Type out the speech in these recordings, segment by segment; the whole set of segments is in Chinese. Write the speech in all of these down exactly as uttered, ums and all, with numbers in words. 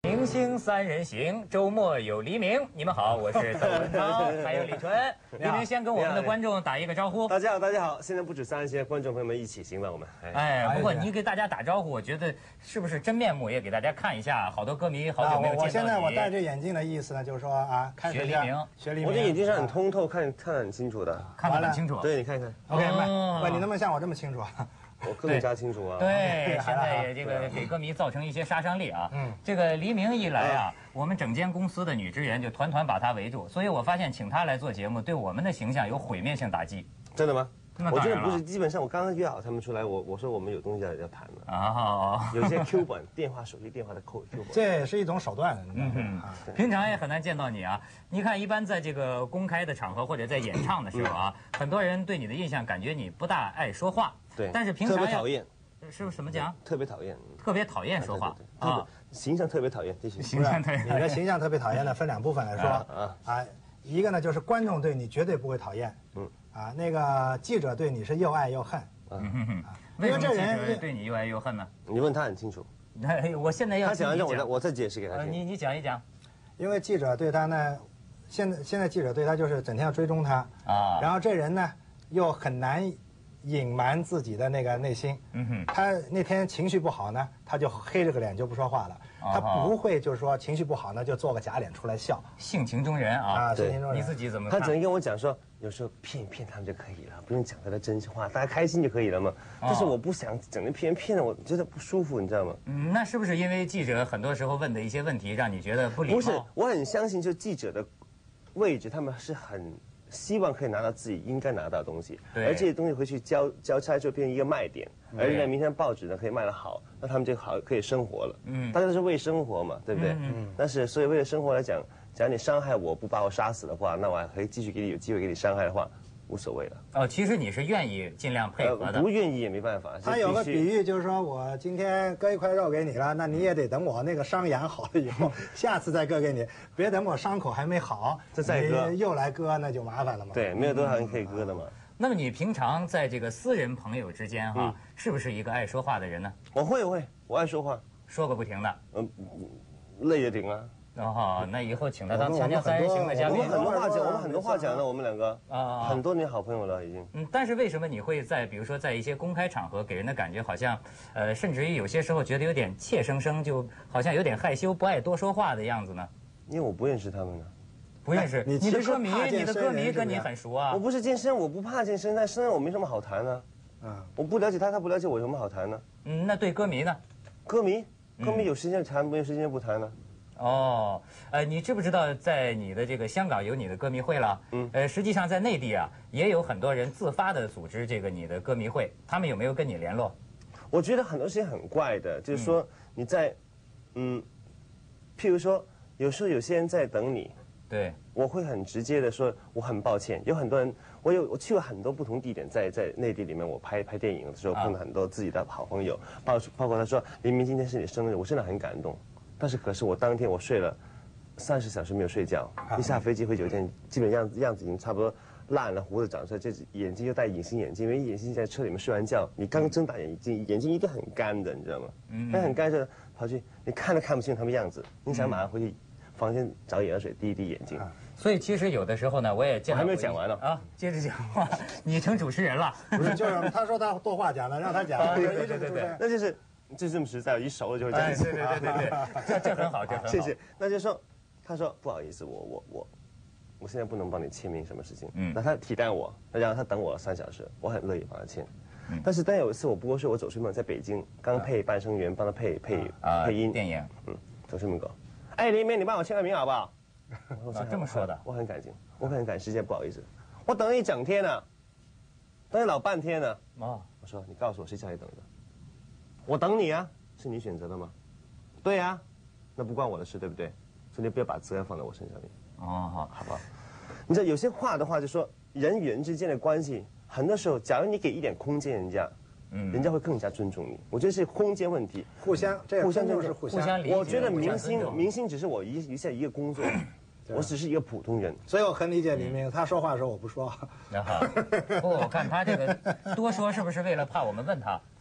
明星三人行，周末有黎明。你们好，我是窦文涛，还有李纯。黎明先跟我们的观众打一个招呼。 大家好，大家好。现在不止三人行，观众朋友们一起行了，我们。 哎，不过你给大家打招呼，我觉得是不是真面目也给大家看一下？好多歌迷好久没有见到你。 我现在我戴着眼镜的意思呢，就是说啊，开学黎明， 学黎明。 我这眼睛上很通透，看看得很清楚的， 看得很清楚。 对，你看看。 OK， 喂，你能不能像我这么清楚啊？ 我更加清楚啊！ 对，现在也这个给歌迷造成一些杀伤力啊。嗯，这个黎明一来啊，我们整间公司的女职员就团团把他围住，所以我发现请他来做节目，对我们的形象有毁灭性打击。 真的吗？我觉得不是，基本上我刚刚约好他们出来，我我说我们有东西要要谈了啊，有些 Q 本电话、手机电话的扣 Q 本， 这也是一种手段。 嗯，平常也很难见到你啊。你看，一般在这个公开的场合或者在演唱的时候啊，很多人对你的印象感觉你不大爱说话。 对， 但是平常特别讨厌。 是不是什么讲？ 特别讨厌， 特别讨厌说话啊，形象特别讨厌，这些形象特别。 你的形象特别讨厌的分两部分来说啊啊，一个呢就是观众对你绝对不会讨厌，嗯啊，那个记者对你是又爱又恨， 嗯，为什么记者对你又爱又恨呢？ 你问他很清楚， 我现在要他讲让我我再解释给他听， 你你讲一讲， 因为记者对他呢，现在现在记者对他就是整天要追踪他啊，然后这人呢又很难。 隐瞒自己的那个内心，嗯哼，他那天情绪不好呢，他就黑着个脸就不说话了。他不会就是说情绪不好呢，就做个假脸出来笑。 性情中人啊， 啊，性情中人。 你自己怎么看？ 他只能跟我讲说，有时候骗一骗他们就可以了，不用讲他的真话，大家开心就可以了嘛。但是我不想整天骗骗的，我觉得不舒服，你知道吗？ 嗯，那是不是因为记者很多时候问的一些问题，让你觉得不礼貌？ 不是，我很相信，就记者的位置，他们是很。 希望可以拿到自己应该拿到的东西，而这些东西回去交交差就变成一个卖点，而呢，明天报纸呢可以卖得好，那他们就好可以生活了。嗯，大家都是为生活嘛，对不对？嗯。但是所以为了生活来讲，假如你伤害我不把我杀死的话，那我还可以继续给你有机会给你伤害的话，无所谓了。 哦，其实你是愿意尽量配合的， 不愿意也没办法。 他有个比喻就是说我今天割一块肉给你了，那你也得等我那个伤养好了以后，下次再割给你，别等我伤口还没好， 这再割又来割，那就麻烦了嘛。 对，没有多少人可以割的嘛。 那么你平常在这个私人朋友之间哈，是不是一个爱说话的人呢？ 我会，我会，我爱说话， 说个不停的。 嗯，累得停啊。 哦，那以后请他当《锵锵三人行》的嘉宾。 我们很多话讲，我们很多话讲的，我们两个啊，很多年好朋友了已经。 嗯，但是为什么你会在比如说在一些公开场合，给人的感觉好像，呃，甚至于有些时候觉得有点怯生生，就好像有点害羞，不爱多说话的样子呢？ 因为我不认识他们呢。 不认识你的歌迷，你的歌迷跟你很熟啊。 我不是健身，我不怕健身，但身上我没什么好谈的。嗯，我不了解他，他不了解我，有什么好谈呢？ 嗯，那对歌迷呢？ 歌迷，歌迷有时间谈，没有时间不谈呢。 哦，呃，你知不知道，在你的这个香港有你的歌迷会了？嗯，呃，实际上在内地啊，也有很多人自发的组织这个你的歌迷会，他们有没有跟你联络？ 我觉得很多事情很怪的，就是说你在，嗯，譬如说，有时候有些人在等你， 对， 我会很直接的说，我很抱歉，有很多人，我有我去过很多不同地点，在在内地里面，我拍拍电影的时候碰到很多自己的好朋友，包包括他说黎明今天是你生日，我真的很感动。 但是可是我当天我睡了三十小时没有睡觉，一下飞机回酒店，基本样子样子已经差不多烂了，胡子长出来，这眼睛又戴隐形眼镜，因为隐形在车里面睡完觉，你刚睁大眼睛，眼睛一定很干的，你知道吗？嗯，那很干就跑去，你看都看不清他们样子，你想马上回去房间找眼药水滴一滴眼睛。 所以其实有的时候呢，我也见我还没有讲完呢啊，接着讲话，你成主持人了， 不是？就是他说他多话讲了，让他讲。 对对对对对， 那就是。 就这么实在，一熟了就会这样子。 对对对对对，这这很好，这很好。 谢谢。那就说，他说不好意思，我我我，我现在不能帮你签名，什么事情？嗯。那他体谅我，然后他等我三小时，我很乐意帮他签。嗯。但是但有一次我不过是我走出门，在北京刚配半生缘，帮他配配配音电影。 嗯。走出门口，哎，黎明，你帮我签个名好不好？ 啊，这么说的， 我很感激，我很赶时间，不好意思，我等了一整天呢，等了老半天呢。啊。我说你告诉我谁叫你等的？ 我等你啊，是你选择的吗？对呀、啊，那不关我的事，对不对？所以你不要把责任放在我身上面。哦，好，好不好？你知道有些话的话，就说人与人之间的关系，很多时候，假如你给一点空间人家，嗯，人家会更加尊重你。我觉得是空间问题， 互相，这互相就是互相。 我觉得明星，明星只是我一一下一个工作。我只是一个普通人， 所以我很理解黎明，他说话的时候我不说。 不过我看他这个多说是不是为了怕我们问他？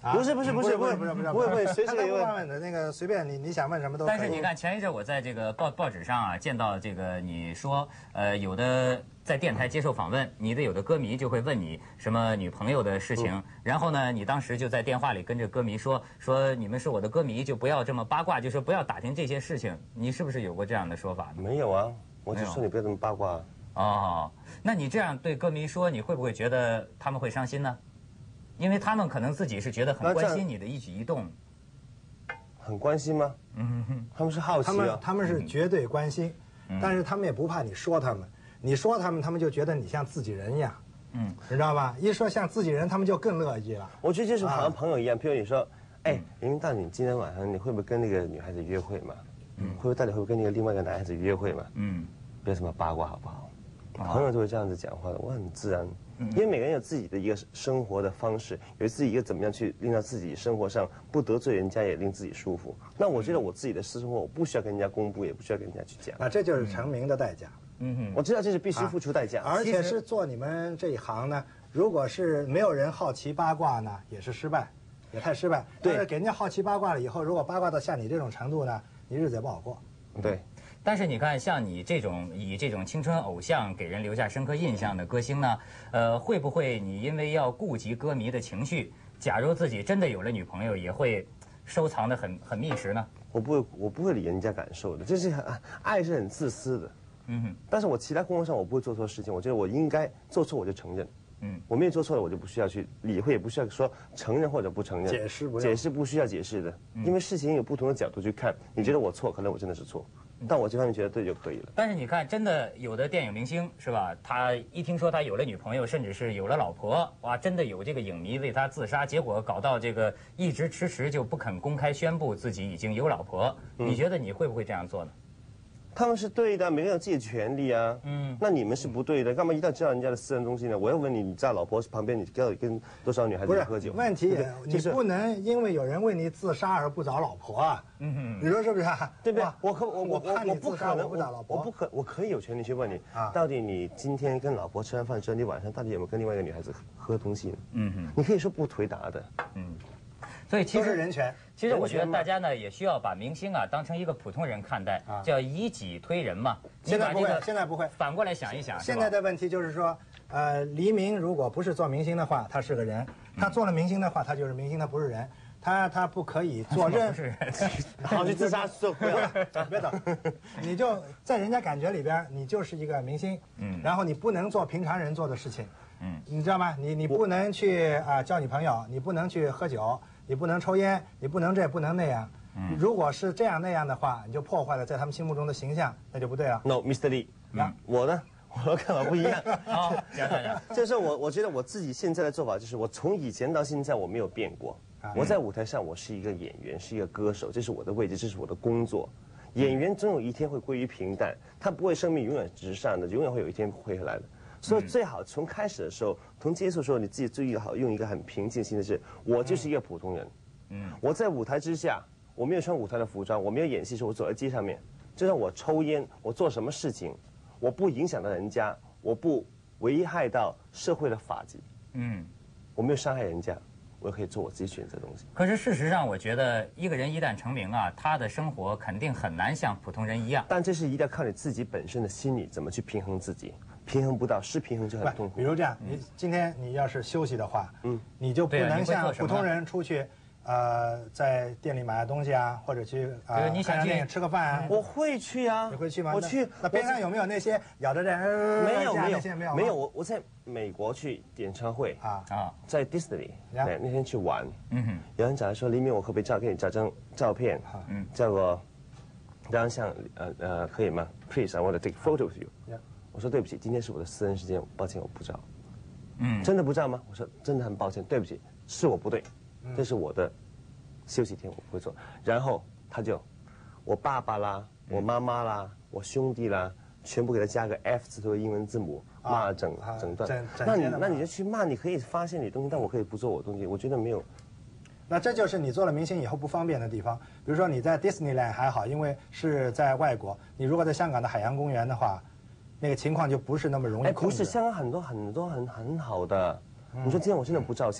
不是不是不是不是不是不是不会不会，随时可以问问的那个随便你你想问什么都可以。 但是你看前一阵我在这个报报纸上啊见到这个你说呃有的在电台接受访问，你的有的歌迷就会问你什么女朋友的事情，嗯、然后呢你当时就在电话里跟这歌迷说说你们是我的歌迷就不要这么八卦，就是不要打听这些事情，你是不是有过这样的说法？ 没有啊，我就说你不要这么八卦。 哦，那你这样对歌迷说，你会不会觉得他们会伤心呢？因为他们可能自己是觉得很关心你的一举一动。 很关心吗？嗯哼，他们是好奇啊。 他们他们是绝对关心，嗯、但是他们也不怕你说他们，你说他们，他们就觉得你像自己人一样。嗯，你知道吧？一说像自己人，他们就更乐意了。 我觉得就是好像朋友一样，譬如你说，哎，林明道，你今天晚上你会不会跟那个女孩子约会嘛？嗯，会不会到底会不会跟那个另外一个男孩子约会嘛？嗯，不要这么八卦好不好？朋友都会这样子讲话的，我很自然。因为每个人有自己的一个生活的方式，有自己一个怎么样去令到自己生活上不得罪人家，也令自己舒服。那我觉得我自己的私生活，我不需要跟人家公布，也不需要跟人家去讲。 啊，这就是成名的代价。 嗯哼，我知道这是必须付出代价， 而且是做你们这一行呢，如果是没有人好奇八卦呢，也是失败，也太失败。但是给人家好奇八卦了以后，如果八卦到像你这种程度呢，你日子也不好过。 对。 但是你看，像你这种以这种青春偶像给人留下深刻印象的歌星呢，呃，会不会你因为要顾及歌迷的情绪，假如自己真的有了女朋友，也会收藏得很很密实呢？ 我不会，我不会理人家感受的，就是爱是很自私的。嗯哼。但是我其他工作上我不会做错事情，我觉得我应该做错我就承认。嗯。我没有做错了，我就不需要去理会，也不需要说承认或者不承认。 解释不解释不需要解释的，因为事情有不同的角度去看。你觉得我错，可能我真的是错。但我这方面觉得对就可以了。 但是你看，真的有的电影明星是吧？他一听说他有了女朋友，甚至是有了老婆，哇，真的有这个影迷为他自杀，结果搞到这个一直迟迟就不肯公开宣布自己已经有老婆。嗯、你觉得你会不会这样做呢？ 他们是对的，每个人有自己的权利啊。嗯，那你们是不对的，干嘛一定要知道人家的私人东西呢？我要问你，你在老婆旁边，你跟跟多少女孩子喝酒？ 问题也，你不能因为有人为你自杀而不找老婆啊。嗯哼，你说是不是？ 对不对？我可我我怕你不可能不找老婆，我不可我可以有权利去问你啊，到底你今天跟老婆吃完饭之后，你晚上到底有没有跟另外一个女孩子喝东西呢？嗯哼，你可以说不回答的。嗯。 所以其实人权， 其实我觉得大家呢也需要把明星啊当成一个普通人看待，叫以己推人嘛。 现在不会，现在不会。 反过来想一想， 现在的问题就是说，呃，黎明如果不是做明星的话，他是个人；他做了明星的话，他就是明星，他不是人。他他不可以做任何。 好，去自杀做不要， 别走，你就在人家感觉里边，你就是一个明星。嗯。然后你不能做平常人做的事情。嗯。你知道吗？你你不能去啊交女朋友，你不能去喝酒。你不能抽烟，你不能这，不能那样。嗯，如果是这样那样的话，你就破坏了在他们心目中的形象，那就不对了。 No，Mister Lee，嗯，我呢，我的看法不一样。 好，讲讲讲。 就是我，我觉得我自己现在的做法就是，我从以前到现在我没有变过。我在舞台上，我是一个演员，是一个歌手，这是我的位置，这是我的工作。演员总有一天会归于平淡，他不会生命永远直上的，永远会有一天回来的。所以最好从开始的时候，从接触的时候，你自己最好用一个很平静心的是，我就是一个普通人。嗯，我在舞台之下，我没有穿舞台的服装，我没有演戏的时候，我走在街上面，就算我抽烟，我做什么事情，我不影响到人家，我不危害到社会的法纪。嗯，我没有伤害人家，我也可以做我自己选择的东西。 可是事实上，我觉得一个人一旦成名啊，他的生活肯定很难像普通人一样。 但这是一定要靠你自己本身的心理怎么去平衡自己。平衡不到，失平衡就很痛苦。 比如这样，你今天你要是休息的话，嗯，你就不能像普通人出去，呃，在店里买东西啊，或者去啊， 你想去吃个饭啊。 我会去啊， 你会去吗？ 我去。 那边上有没有那些咬着这？ 没有没有没有没有。我我在美国去演唱会啊啊，在 Disney 对那天去玩，嗯哼，有人找来说黎明，我可不可以照给你照张照片？嗯，叫我张相，呃呃，可以吗 ？Please, I want to take photo of you. 我说对不起，今天是我的私人时间，抱歉我不照。嗯，真的不照吗？我说真的很抱歉，对不起，是我不对，这是我的休息天，我不会做。然后他就，我爸爸啦，我妈妈啦，我兄弟啦，全部给他加个 F 字头的英文字母，骂了整整段。那你那你就去骂，你可以发现你的东西，但我可以不做我的东西，我觉得没有。 那这就是你做了明星以后不方便的地方。比如说你在 Disneyland 还好，因为是在外国，你如果在香港的海洋公园的话。那个情况就不是那么容易控制。 哎，不是，香港很多很多很很好的。你说今天我真的不照相，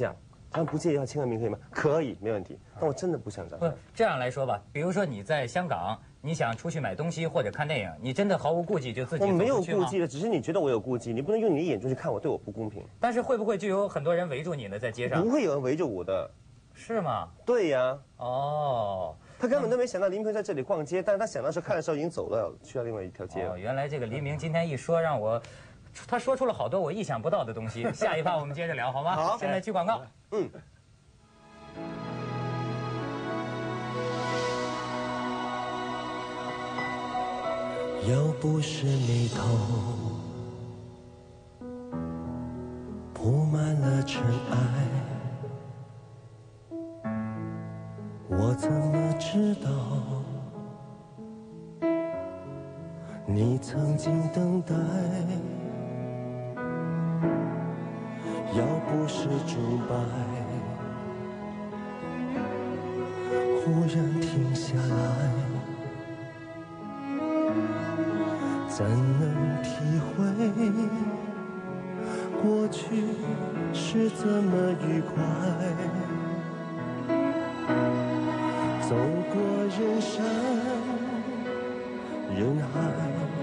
咱们不介意要签个名可以吗？可以，没问题。但我真的不想这样。 不，这样来说吧，比如说你在香港，你想出去买东西或者看电影，你真的毫无顾忌就自己走出去吗？ 我没有顾忌的，只是你觉得我有顾忌，你不能用你的眼睛去看我，对我不公平。 但是会不会就有很多人围住你呢？在街上？ 不会有人围着我的。 是吗？ 对呀。 哦。 他根本都没想到黎明会在这里逛街，但是他想到时候看的时候已经走了，去到另外一条街了。 哦，原来这个黎明今天一说，让我，他说出了好多我意想不到的东西。下一趴我们接着聊，好吗？ 好。 现在去广告。 嗯。 要不是眉头铺满了尘埃，我怎么知道你曾经等待？要不是竹柏忽然停下来，怎能体会过去是怎么愉快？走过人山人海，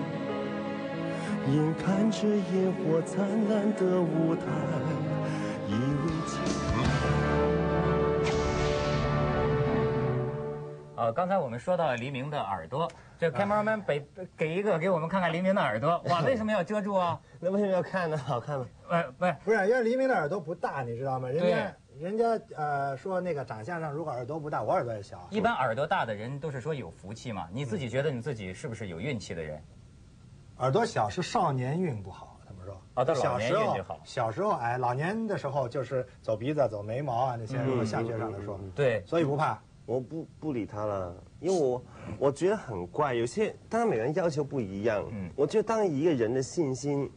眼看着烟火灿烂的舞台，以为呃，刚才我们说到黎明的耳朵，这 cameraman 给给一个给我们看看黎明的耳朵。哇，为什么要遮住啊？ 那为什么要看呢？好看吗？ 呃，不是， 不是，因为黎明的耳朵不大，你知道吗？人家人家呃说那个长相上，如果耳朵不大，我耳朵也小。 一般耳朵大的人都是说有福气嘛。你自己觉得你自己是不是有运气的人？ 耳朵小是少年运不好，他们说。 哦，到老年运就好。 小时候哎，老年的时候就是走鼻子、走眉毛啊那些，如果相学上来说， 对， 所以不怕。 我不不理他了，因为我我觉得很怪，有些当然每个人要求不一样。嗯，我觉得当一个人的信心，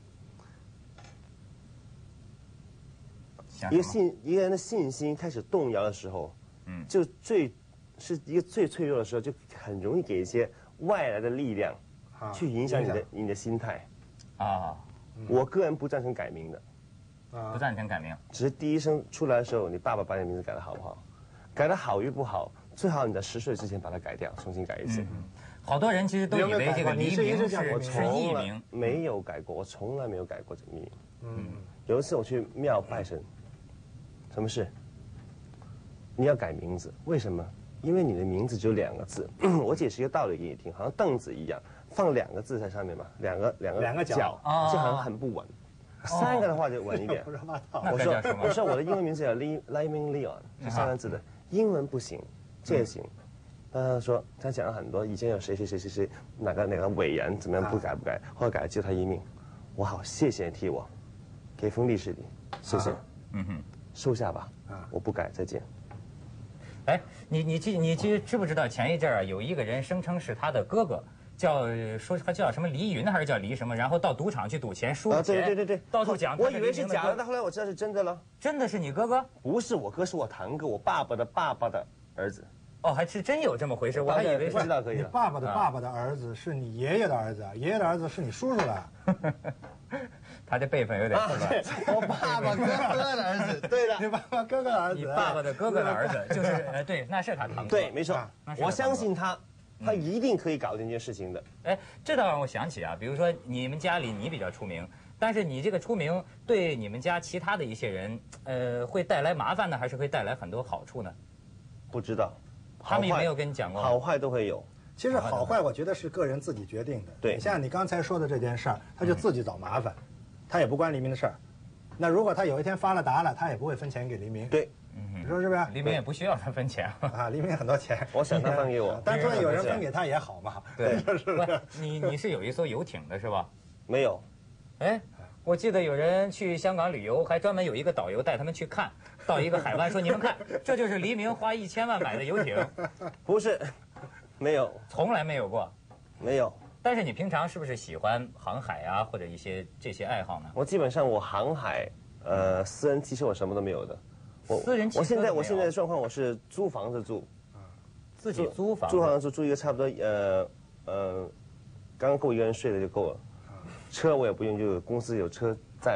一个信一个人的信心开始动摇的时候，嗯，就最是一个最脆弱的时候，就很容易给一些外来的力量，去影响你的你的心态。啊，我个人不赞成改名的， 不赞成改名， 只是第一声出来的时候，你爸爸把你的名字改得好不好？改得好与不好？最好你在十岁之前把它改掉，重新改一次。 嗯、好多人其实都以为这个黎明是是艺名， 没有改过，我从来没有改过这个名。嗯，有一次我去庙拜神，什么事？你要改名字，为什么？因为你的名字只有两个字。我解释一个道理给你听，好像凳子一样，放两个字在上面嘛，两个两个两个脚， 就好像很不稳。三个的话就稳一点。我说我说我的英文名字叫 Lee Liming Leon， 是三个字的，英文不行。这也行，但他说他讲了很多，以前有谁谁谁谁谁哪个哪个伟人怎么样不改不改，后来改了救他一命，我好谢谢你替我，给封利是你，谢谢，嗯哼，收下吧，我不改，再见。 哎，你你记你记知不知道前一阵儿有一个人声称是他的哥哥，叫说他叫什么黎云还是叫黎什么，然后到赌场去赌钱输了钱， 对对对对， 到处讲， 我以为是假的，但后来我知道是真的了。 真的是你哥哥？ 不是我哥，是我堂哥，我爸爸的爸爸的儿子。 哦，还是真有这么回事，我还以为是知道可以。 你爸爸的爸爸的儿子是你爷爷的儿子，爷爷的儿子是你叔叔的。 他这辈分有点混乱。 我爸爸哥哥的儿子，对的， 你爸爸哥哥的儿子， 你爸爸的哥哥的儿子，就是呃，对，那是他堂哥。 对，没错，我相信他，他一定可以搞定这件事情的。 哎，这倒让我想起啊，比如说你们家里你比较出名，但是你这个出名对你们家其他的一些人，呃，会带来麻烦呢，还是会带来很多好处呢？ 不知道。 他们也没有跟你讲过， 好坏都会有。 其实好坏，我觉得是个人自己决定的。 对， 像你刚才说的这件事儿，他就自己找麻烦，他也不关黎明的事儿。那如果他有一天发了达了，他也不会分钱给黎明。 对， 你说是不是？ 黎明也不需要他分钱啊，黎明很多钱， 我想他分给我。 但是有人分给他也好嘛。 对，是不是？你你是有一艘游艇的是吧？ 没有。 哎。我记得有人去香港旅游，还专门有一个导游带他们去看，到一个海湾说：“你们看，这就是黎明花一千万买的游艇。” 不是，没有， 从来没有过， 没有。 但是你平常是不是喜欢航海啊，或者一些这些爱好呢？ 我基本上我航海，呃，私人汽车我什么都没有的。 我私人汽车我现在我现在的状况，我是租房子住， 自己租房， 租房子住住一个差不多呃呃，刚刚够一个人睡的就够了。车我也不用，就有公司有车载我，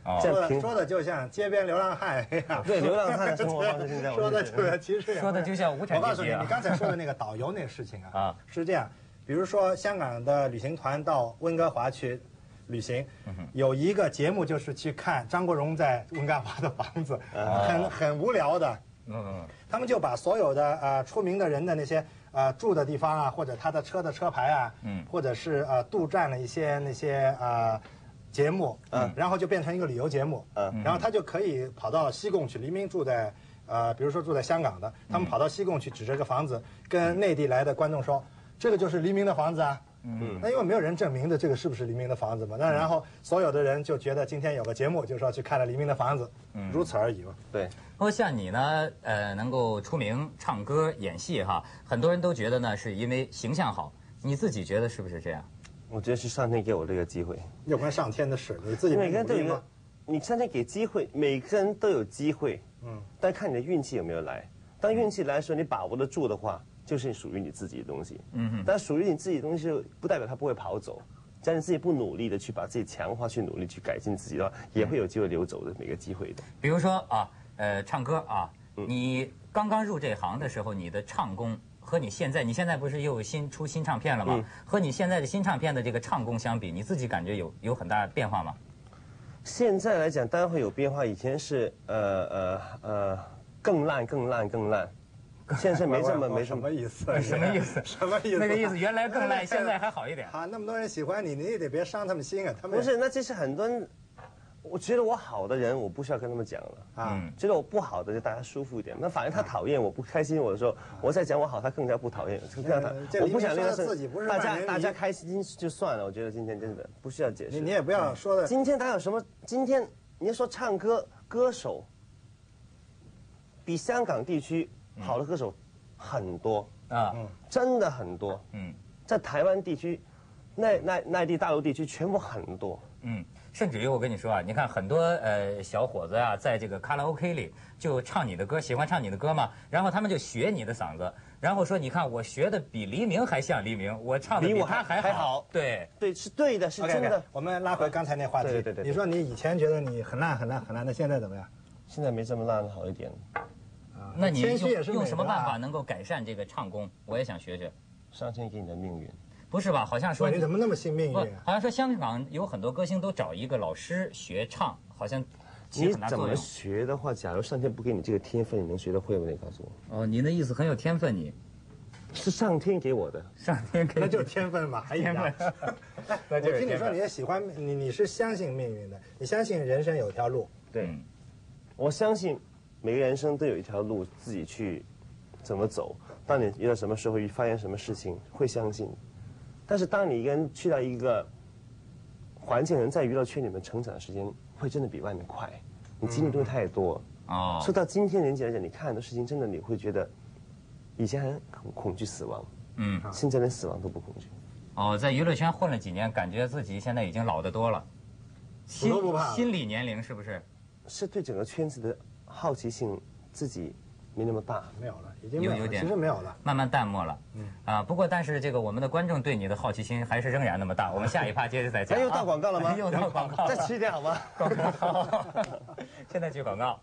说的说的就像街边流浪汉一样。 对，流浪汉的生活方式现在说的对，其实说的就像无产阶级。 我告诉你，你刚才说的那个导游那个事情啊，啊是这样，比如说香港的旅行团到温哥华去旅行，有一个节目就是去看张国荣在温哥华的房子，很很无聊的。嗯，他们就把所有的呃出名的人的那些呃住的地方啊，或者他的车的车牌啊，嗯，或者是呃杜撰了一些那些呃节目，嗯，然后就变成一个旅游节目，嗯，然后他就可以跑到西贡去。黎明住在呃，比如说住在香港的，他们跑到西贡去，指着个房子，跟内地来的观众说，这个就是黎明的房子啊。嗯，那因为没有人证明的这个是不是黎明的房子嘛，那然后所有的人就觉得今天有个节目，就说去看了黎明的房子，嗯，如此而已嘛。 对。 不过像你呢，呃，能够出名、唱歌、演戏哈，很多人都觉得呢是因为形象好，你自己觉得是不是这样？ 我觉得是上天给我这个机会， 有关上天的事，你自己每个人都有一个，你上天给机会，每个人都有机会，嗯，但看你的运气有没有来。当运气来的时候，你把握得住的话，就是属于你自己的东西。嗯哼。但属于你自己的东西，不代表它不会跑走。只要你自己不努力的去把自己强化，去努力去改进自己的话，也会有机会流走的每个机会的。 比如说啊，呃，唱歌啊，你刚刚入这行的时候，你的唱功和你现在，你现在不是又新出新唱片了吗？嗯、和你现在的新唱片的这个唱功相比，你自己感觉有有很大变化吗？ 现在来讲，当然会有变化。以前是呃呃呃更烂、更烂、更烂。现在没这么没什么意思， 什么意思？ 什么意思？ 那个意思，原来更烂，现在还好一点。 啊，那么多人喜欢你，你也得别伤他们心啊。他们不是，那这是很多人。我觉得我好的人，我不需要跟他们讲了啊。觉得我不好的，就大家舒服一点。那反正他讨厌我、不开心我的时候，我在讲我好，他更加不讨厌。这样他，我不想令他自己不是大家大家开心就算了。我觉得今天真的不需要解释。 你你也不要说的。 今天他有什么？今天你要说唱歌歌手，比香港地区好的歌手很多啊，真的很多。嗯，在台湾地区、内内内地大陆地区全部很多。嗯。 甚至于我跟你说啊，你看很多呃小伙子啊，在这个卡拉 OK 里就唱你的歌，喜欢唱你的歌嘛，然后他们就学你的嗓子，然后说你看我学的比黎明还像黎明，我唱的比他还好。 还好对对，是对的，是真的。 我们拉回刚才那话题， 对对对。 你说你以前觉得你很烂很烂很烂，那现在怎么样？ 现在没这么烂，好一点。 啊，那你用用什么办法能够改善这个唱功？我也想学学。 上天给你的命运。 不是吧？好像说你怎么那么信命运？ 好像说香港有很多歌星都找一个老师学唱，好像你怎么学的话，假如上天不给你这个天分，你能学得会吗？你告诉我。哦，您的意思很有天分，你是上天给我的， 上天给那就是天分嘛，还天分。我听你说你也喜欢你，你是相信命运的，你相信人生有条路。 对，我相信每个人生都有一条路，自己去怎么走。当你遇到什么时候，发生什么事情，会相信。但是当你一个人去到一个环境，人在娱乐圈里面成长的时间会真的比外面快，你经历东西太多啊。说到今天年纪来讲，你看很多事情，真的你会觉得，以前很恐惧死亡，嗯，现在连死亡都不恐惧。 哦，在娱乐圈混了几年，感觉自己现在已经老得多了， 心心理年龄是不是？ 是对整个圈子的好奇心自己没那么大， 没有了。已经有有点，其实没有了， 慢慢淡漠了。嗯啊，不过但是这个我们的观众对你的好奇心还是仍然那么大。我们下一趴接着再讲。 又到广告了吗？ 又到广告， 再迟一点好吗？ 广告，现在去广告。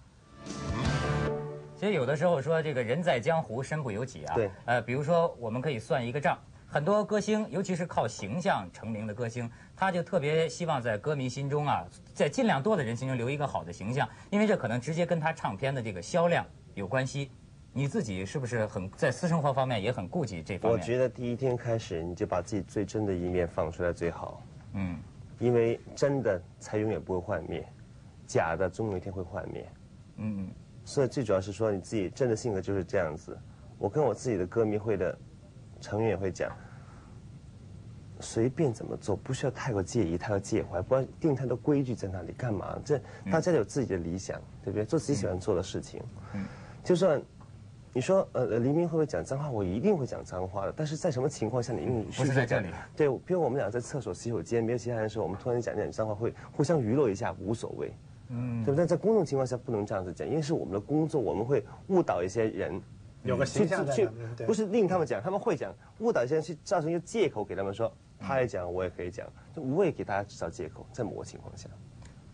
其实有的时候说这个人在江湖身不由己啊。 对。 呃，比如说我们可以算一个账，很多歌星，尤其是靠形象成名的歌星，他就特别希望在歌迷心中啊，在尽量多的人心中留一个好的形象，因为这可能直接跟他唱片的这个销量有关系。你自己是不是很在私生活方面也很顾及这方面？ 我觉得第一天开始你就把自己最真的一面放出来最好。嗯，因为真的才永远不会幻灭，假的终有一天会幻灭。嗯嗯。所以最主要是说你自己真的性格就是这样子。我跟我自己的歌迷会的成员也会讲，随便怎么做，不需要太过介意、太过介怀，不要定太多规矩在那里干嘛？这大家有自己的理想，对不对？做自己喜欢做的事情。嗯，就算。你说呃，黎明会不会讲脏话？我一定会讲脏话的。但是在什么情况下你用？ 不是在这里。 对，比如我们俩在厕所洗手间，没有其他人的时候，我们突然讲点脏话，会互相娱乐一下，无所谓。嗯，对不对？在公众情况下不能这样子讲，因为是我们的工作，我们会误导一些人。 有个形象去，不是令他们讲，他们会讲，误导一些人去造成一个借口给他们说，他也讲，我也可以讲，就无谓给大家制造借口，在某个情况下。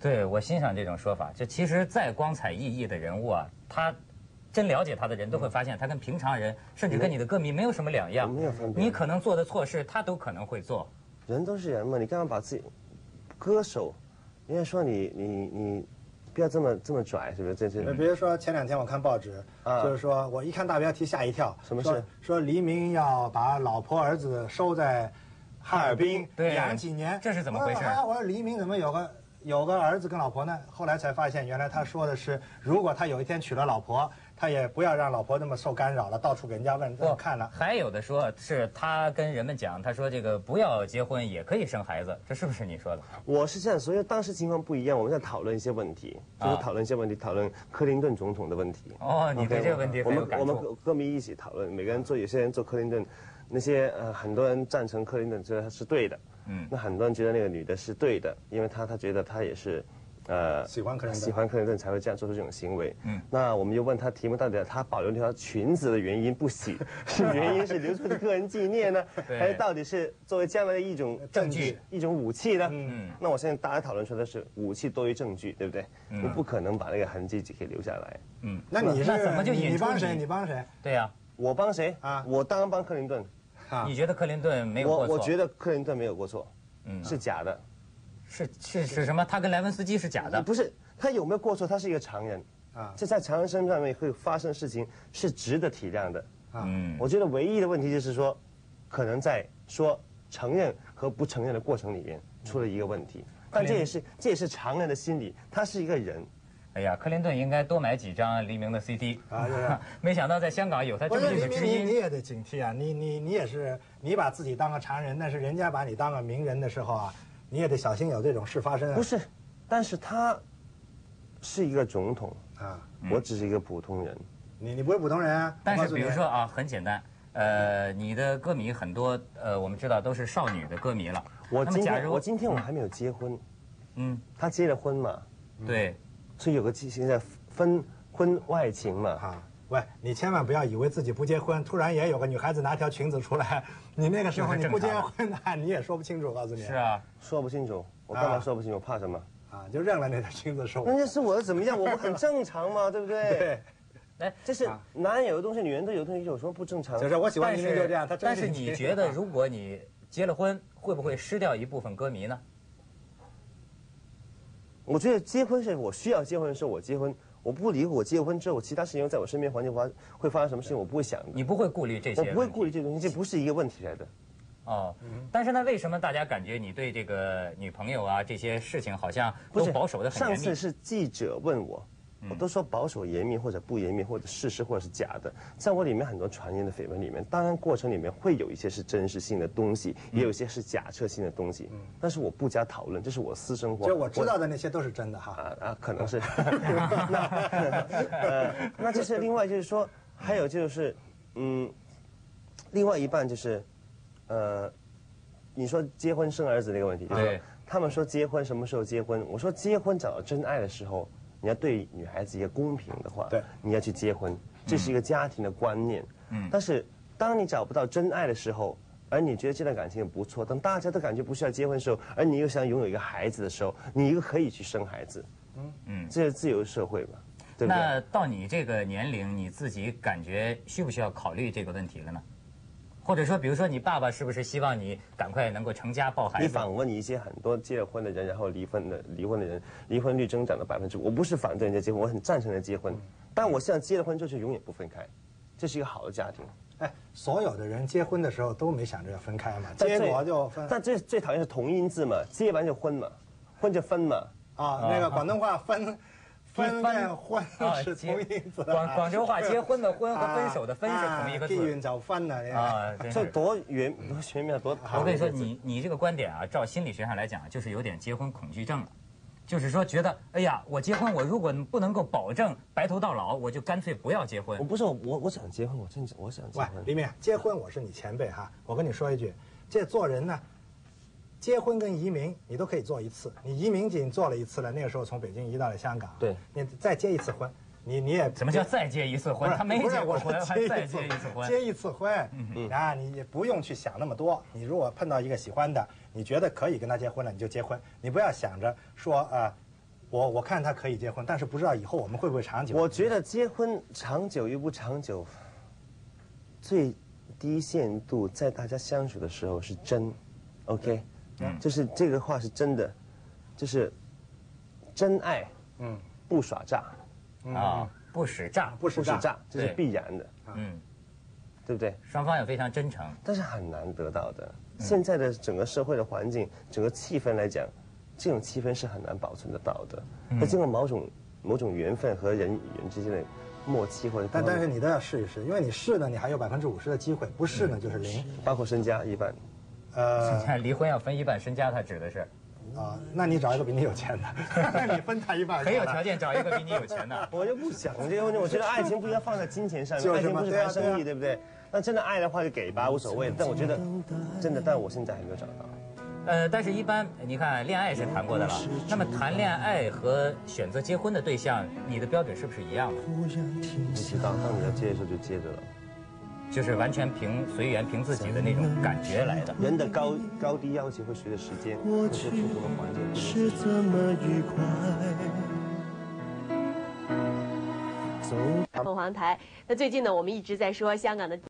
对，我欣赏这种说法。就其实再光彩熠熠的人物啊，他真了解他的人都会发现，他跟平常人，甚至跟你的歌迷没有什么两样。 没有分别。 你可能做的错事，他都可能会做。 人都是人嘛，你干嘛把自己歌手？人家说你你你。不要这么这么拽，是不是？这这。 比如说前两天我看报纸，啊、就是说我一看大标题吓一跳， 什么事？ 说, 说黎明要把老婆儿子收在哈尔滨养几年， 这是怎么回事？ 我, 我说黎明怎么有个有个儿子跟老婆呢？后来才发现，原来他说的是，如果他有一天娶了老婆，他也不要让老婆那么受干扰了，到处给人家问问看了。 还有的说是他跟人们讲，他说这个不要结婚也可以生孩子，这是不是你说的？ 我是这样说，因为当时情况不一样，我们在讨论一些问题，就是讨论一些问题，讨论克林顿总统的问题。 哦，你对这个问题很有感触。 我们我们歌迷一起讨论，每个人做，有些人做克林顿，那些呃很多人赞成克林顿，觉得他是对的。嗯。那很多人觉得那个女的是对的，因为他他觉得他也是。呃， 喜欢克林顿， 喜欢克林顿才会这样做出这种行为。嗯，那我们就问他题目到底他保留那条裙子的原因不喜，是原因是留出的个人纪念呢，还是到底是作为将来的一种证据、一种武器呢？嗯，那我相信大家讨论出的是武器多于证据，对不对？嗯，你不可能把那个痕迹给留下来。 嗯， 那你是怎么就引你帮谁？你帮谁？ 对呀， 我帮谁啊？我当然帮克林顿。 你觉得克林顿没有过错？ 我我觉得克林顿没有过错，嗯，是假的。 是是是什么？他跟莱文斯基是假的？ 不是，他有没有过错？他是一个常人啊，这在常人身上面会发生事情，是值得体谅的啊。嗯，我觉得唯一的问题就是说，可能在说承认和不承认的过程里面出了一个问题，但这也是这也是常人的心理，他是一个人。 哎呀，克林顿应该多买几张黎明的 C D 啊！没想到在香港有他这么一个知音。 你也得警惕啊！你你你也是，你把自己当个常人，但是人家把你当个名人的时候啊。你也得小心有这种事发生啊！ 不是，但是他是一个总统啊，我只是一个普通人。 你你不是普通人啊？ 但是比如说啊，很简单，呃，你的歌迷很多，呃，我们知道都是少女的歌迷了。 我今天我今天我还没有结婚，嗯，他结了婚嘛？ 对， 所以有个现在分婚外情嘛啊。 喂，你千万不要以为自己不结婚，突然也有个女孩子拿条裙子出来，你那个时候你不结婚的，你也说不清楚。告诉你， 是啊， 说不清楚，我干嘛说不清楚？怕什么？ 啊，就认了那条裙子说。 人家是我的怎么样？我不很正常吗？对不对？ 对。 哎，这是男人有的东西，女人都有的东西，有什么不正常？ 就是我喜欢你就这样。他但是你觉得，如果你结了婚，会不会失掉一部分歌迷呢？ 我觉得结婚是我需要结婚的时候，我结婚。我不离，我结婚之后，其他事情在我身边环境发会发生什么事情，我不会想的。 你不会顾虑这些？ 我不会顾虑这些东西，这不是一个问题来的。 哦，但是呢，为什么大家感觉你对这个女朋友啊这些事情好像都保守的很严密？ 上次是记者问我，我都说保守严密或者不严密，或者事实或者是假的。在我里面很多传言的绯闻里面，当然过程里面会有一些是真实性的东西，也有一些是假设性的东西。嗯，但是我不加讨论，这是我私生活。 就我知道的那些都是真的哈。 啊啊，可能是。那呃，那就是另外就是说，还有就是，嗯，另外一半就是，呃，你说结婚生儿子那个问题，就是他们说结婚什么时候结婚？我说结婚找到真爱的时候。你要对女孩子一个公平的话， 对， 你要去结婚，这是一个家庭的观念。嗯，但是当你找不到真爱的时候，而你觉得这段感情也不错，当大家都感觉不需要结婚的时候，而你又想拥有一个孩子的时候，你又可以去生孩子。嗯嗯，这是自由社会嘛，对不对？ 那到你这个年龄，你自己感觉需不需要考虑这个问题了呢？或者说，比如说你爸爸是不是希望你赶快能够成家抱孩子？ 你访问一些很多结了婚的人，然后离婚的离婚的人，离婚率增长了百分之五。我不是反对人家结婚，我很赞成人家结婚，但我现在结了婚就是永远不分开，这是一个好的家庭。 哎，所有的人结婚的时候都没想着要分开嘛，结果就分。 但最最讨厌是同音字嘛，结完就婚嘛，婚就分嘛。 啊，那个广东话分。分跟婚是同音字， 广广州话结婚的婚和分手的分是同一个字。 结完就分了啊， 这多圆多玄妙多。 我跟你说，你你这个观点啊，照心理学上来讲，就是有点结婚恐惧症了，就是说觉得，哎呀，我结婚，我如果不能够保证白头到老，我就干脆不要结婚。 我不是我我想结婚，我真我想结婚。 喂，黎明，结婚我是你前辈哈，我跟你说一句，这做人呢。结婚跟移民你都可以做一次，你移民已经做了一次了，那个时候从北京移到了香港。 对， 你再结一次婚，你你也什么叫再结一次婚？他没结过婚，还再结一次婚。 结一次婚，然后你也不用去想那么多。你如果碰到一个喜欢的，你觉得可以跟他结婚了，你就结婚。你不要想着说啊， 我我看他可以结婚，但是不知道以后我们会不会长久。 我觉得结婚长久与不长久，最低限度在大家相处的时候是真 ，OK， 嗯，就是这个话是真的，就是真爱，嗯，不耍诈， 啊，不使诈， 不使诈， 这是必然的，嗯，对不对？ 双方也非常真诚， 但是很难得到的。现在的整个社会的环境，整个气氛来讲，这种气氛是很难保存得到的。要经过某种某种缘分和人与人之间的默契或者， 但但是你都要试一试，因为你试呢，你还有百分之五十的机会；不试呢，就是零。 包括身家一半。 呃，离婚要分一半身家，他指的是。 啊，那你找一个比你有钱的，那你分他一半。 很有条件找一个比你有钱的。 我就不想这个问题，我觉得爱情不应该放在金钱上面，爱情不是谈生意，对不对？那真的爱的话就给吧，无所谓。但我觉得，真的，但我现在还没有找到。 呃，但是一般你看，恋爱是谈过的了。那么谈恋爱和选择结婚的对象，你的标准是不是一样的？ 不知道，当你要接的时候就接着了。 就是完全凭随缘，凭自己的那种感觉来的。 人的高高低要求会随着时间，会随不同的环境。 是这么愉快。 凤凰台。那最近呢，我们一直在说香港的。